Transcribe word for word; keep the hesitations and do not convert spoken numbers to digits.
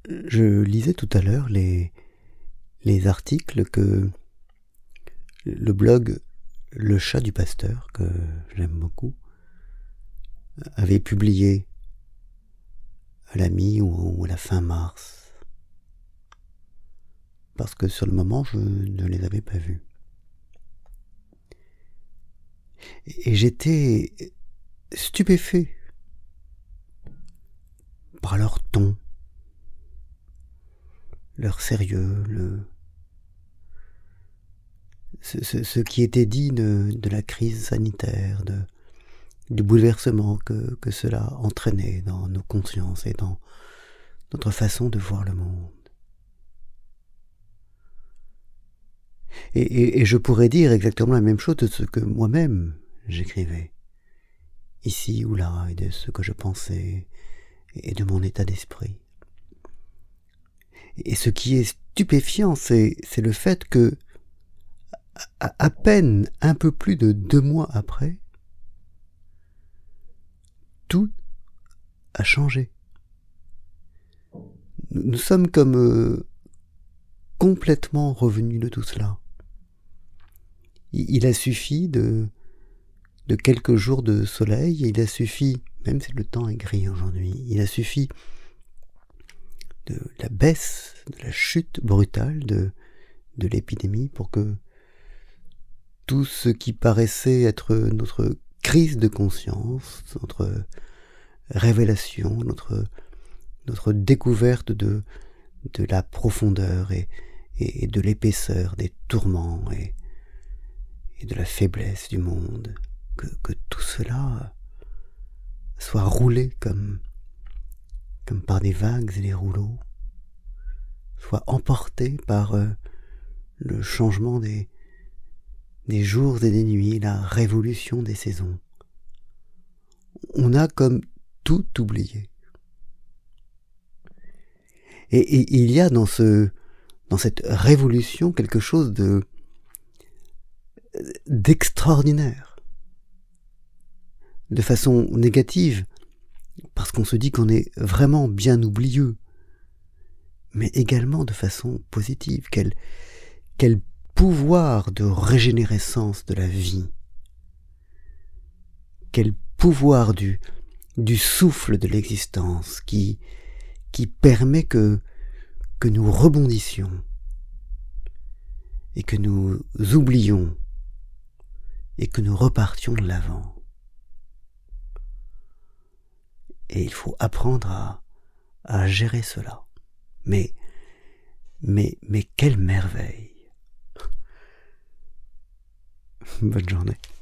Je lisais tout à l'heure les, les articles que le blog Le Chat du Pasteur, que j'aime beaucoup, avait publié à la mi ou à la fin mars, parce que sur le moment je ne les avais pas vus. Et j'étais stupéfait par leur ton, leur sérieux, le, ce, ce, ce qui était dit de, de la crise sanitaire, de, du bouleversement que, que cela entraînait dans nos consciences et dans notre façon de voir le monde. Et, et, et je pourrais dire exactement la même chose de ce que moi-même j'écrivais, ici ou là, et de ce que je pensais, et de mon état d'esprit. Et ce qui est stupéfiant, c'est, c'est le fait que, à, à peine un peu plus de deux mois après, tout a changé. Nous, nous sommes comme euh, complètement revenus de tout cela. Il, il a suffi de, de quelques jours de soleil, il a suffi, même si le temps est gris aujourd'hui, il a suffi de la baisse, de la chute brutale de, de l'épidémie pour que tout ce qui paraissait être notre crise de conscience, notre révélation, notre, notre découverte de, de la profondeur et, et de l'épaisseur des tourments et, et de la faiblesse du monde, que, que tout cela soit roulé comme, comme par des vagues et des rouleaux, soit emporté par euh, le changement des, des jours et des nuits, la révolution des saisons. On a comme tout oublié. Et, et il y a dans, ce, dans cette révolution quelque chose de d'extraordinaire. De façon négative, parce qu'on se dit qu'on est vraiment bien oublieux, mais également de façon positive. Quel, quel pouvoir de régénérescence de la vie, quel pouvoir du, du souffle de l'existence qui, qui permet que, que nous rebondissions et que nous oublions et que nous repartions de l'avant. Et il faut apprendre à, à gérer cela. Mais, mais, mais quelle merveille! Bonne journée.